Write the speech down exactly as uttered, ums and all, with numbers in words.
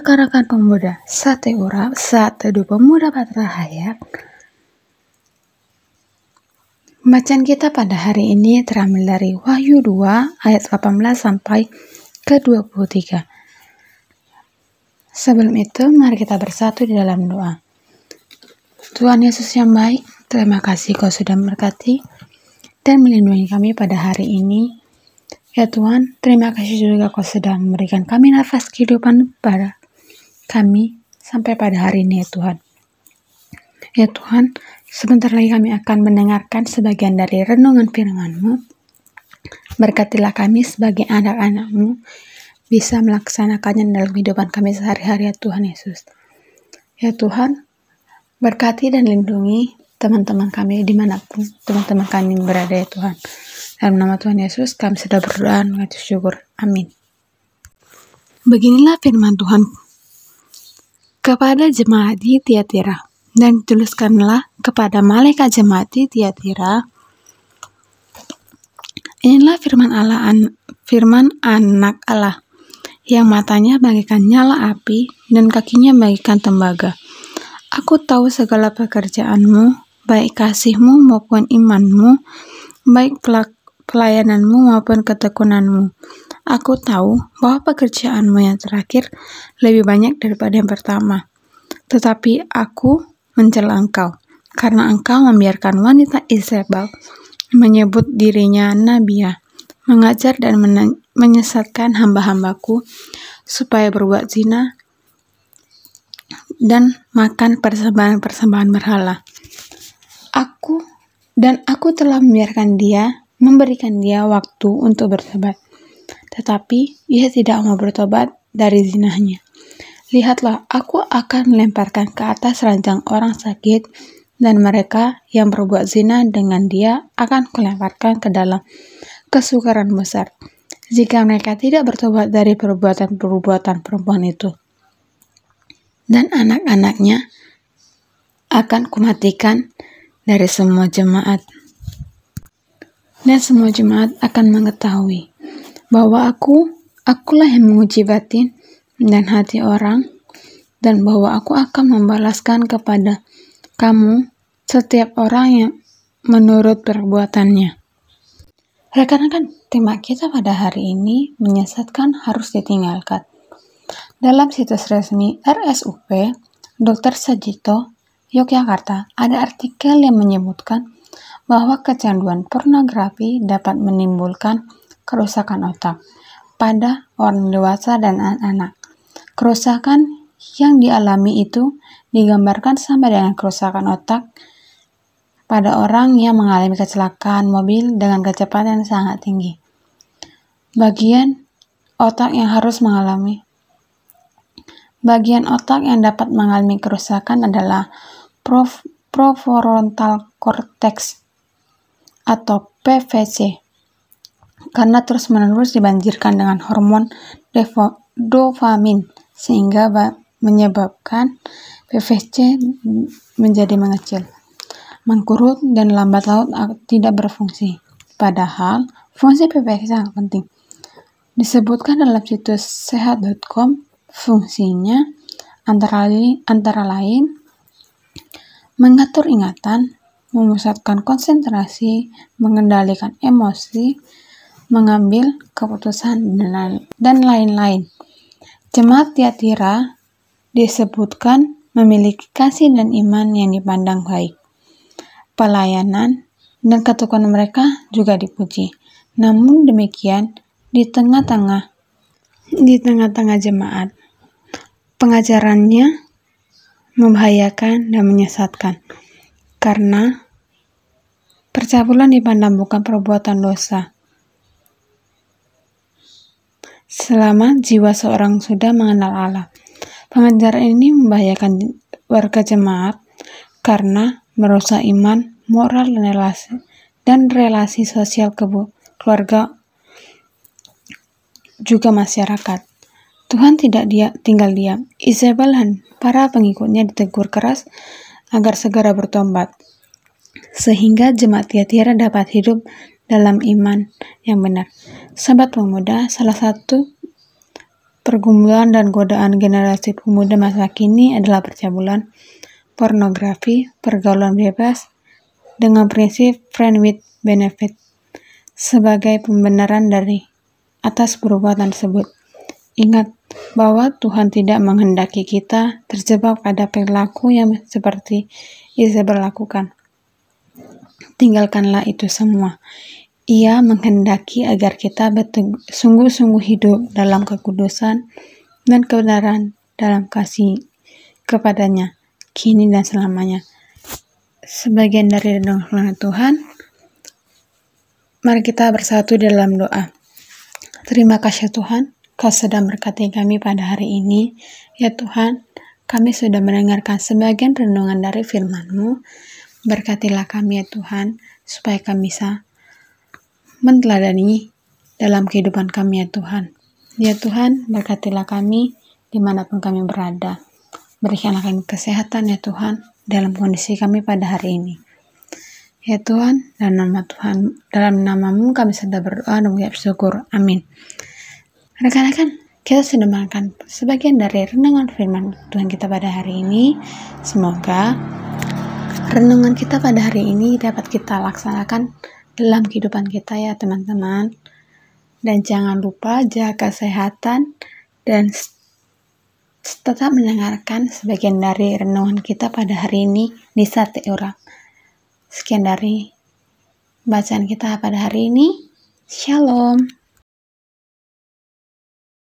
Rekan-rekan pemuda, sate ura, saat teduh pemuda Patra Hayat. Bacaan kita pada hari ini terambil dari Wahyu dua ayat delapan belas sampai ke dua puluh tiga. Sebelum itu, mari kita bersatu di dalam doa. Tuhan Yesus yang baik, terima kasih Kau sudah memberkati dan melindungi kami pada hari ini. Ya Tuhan, terima kasih juga Kau sudah memberikan kami nafas kehidupan pada kami sampai pada hari ini ya Tuhan. Ya Tuhan, sebentar lagi kami akan mendengarkan sebagian dari renungan firman-Mu. Berkatilah kami sebagai anak-anak-Mu bisa melaksanakannya dalam kehidupan kami sehari-hari ya Tuhan Yesus. Ya Tuhan, berkati dan lindungi teman-teman kami dimanapun teman-teman kami berada ya Tuhan. Dalam nama Tuhan Yesus kami sudah berdoa mengucap syukur. Amin. Beginilah firman Tuhan kepada jemaat di Tiatira, dan dituliskanlah kepada malaikat jemaat di Tiatira. Inilah firman Allah, an, firman anak Allah, yang matanya bagaikan nyala api dan kakinya bagaikan tembaga. Aku tahu segala pekerjaanmu, baik kasihmu maupun imanmu, baik pelayananmu maupun ketekunanmu. Aku tahu bahwa pekerjaanmu yang terakhir lebih banyak daripada yang pertama. Tetapi aku mencela engkau, karena engkau membiarkan wanita Izebel menyebut dirinya nabiah, mengajar dan men- menyesatkan hamba-hambaku supaya berbuat zina dan makan persembahan-persembahan berhala. Aku dan aku telah membiarkan dia, memberikan dia waktu untuk bertobat. Tetapi ia tidak mau bertobat dari zinahnya. Lihatlah, aku akan melemparkan ke atas ranjang orang sakit, dan mereka yang berbuat zina dengan dia akan kulemparkan ke dalam kesukaran besar, jika mereka tidak bertobat dari perbuatan-perbuatan perempuan itu. Dan anak-anaknya akan kumatikan dari semua jemaat. Dan semua jemaat akan mengetahui bahwa aku, akulah yang menguji batin dan hati orang, dan bahwa aku akan membalaskan kepada kamu setiap orang yang menurut perbuatannya. Rekan-rekan, tema kita pada hari ini menyesatkan harus ditinggalkan. Dalam situs resmi R S U P dokter Sajito Yogyakarta ada artikel yang menyebutkan bahwa kecanduan pornografi dapat menimbulkan kerusakan otak pada orang dewasa dan anak-anak. Kerusakan yang dialami itu digambarkan sama dengan kerusakan otak pada orang yang mengalami kecelakaan mobil dengan kecepatan yang sangat tinggi. Bagian otak yang harus mengalami Bagian otak yang dapat mengalami kerusakan adalah prof, prefrontal cortex atau P V C, karena terus-menerus dibanjirkan dengan hormon devo, dopamin sehingga menyebabkan P V C menjadi mengecil, mengkurut dan lambat laun tidak berfungsi. Padahal fungsi P V C sangat penting. Disebutkan dalam situs sehat dot com, fungsinya antara lain, antara lain mengatur ingatan, memusatkan konsentrasi, mengendalikan emosi, mengambil keputusan, dan lain-lain. Jemaat Tiatira disebutkan memiliki kasih dan iman yang dipandang baik. Pelayanan dan ketekunan mereka juga dipuji. Namun demikian, di tengah-tengah di tengah-tengah jemaat, pengajarannya membahayakan dan menyesatkan, karena percabulan dipandang bukan perbuatan dosa selama jiwa seorang sudah mengenal Allah. Pengajaran ini membahayakan warga jemaat karena merusak iman, moral, dan relasi, dan relasi sosial keluarga juga masyarakat. Tuhan tidak dia, tinggal diam. Izebel dan para pengikutnya ditegur keras agar segera bertobat, sehingga jemaat Tiatira dapat hidup dalam iman yang benar. Sahabat pemuda, salah satu pergumulan dan godaan generasi pemuda masa kini adalah percabulan, pornografi, pergaulan bebas, dengan prinsip friend with benefit sebagai pembenaran dari atas perbuatan tersebut. Ingat bahwa Tuhan tidak menghendaki kita terjebak pada perilaku yang seperti Izebel lakukan. Tinggalkanlah itu semua. Ia menghendaki agar kita sungguh-sungguh hidup dalam kekudusan dan kebenaran dalam kasih kepadanya, kini dan selamanya. Sebagian dari renungan Tuhan, mari kita bersatu dalam doa. Terima kasih Tuhan, Kau sudah berkati kami pada hari ini. Ya Tuhan, kami sudah mendengarkan sebagian renungan dari firman-Mu. Berkatilah kami ya Tuhan, supaya kami bisa meneladani dalam kehidupan kami ya Tuhan. Ya Tuhan, berkatilah kami dimanapun kami berada. Berikanlah kami kesehatan ya Tuhan, dalam kondisi kami pada hari ini. Ya Tuhan, dalam nama Tuhan, dalam nama-Mu kami sudah berdoa dan mengucap syukur. Amin. Rekan-rekan, kita sudah makan sebagian dari renungan firman Tuhan kita pada hari ini. Semoga renungan kita pada hari ini dapat kita laksanakan dalam kehidupan kita ya teman-teman. Dan jangan lupa jaga kesehatan dan tetap mendengarkan sebagian dari renungan kita pada hari ini di Sate Orang. Sekian dari bacaan kita pada hari ini. Shalom.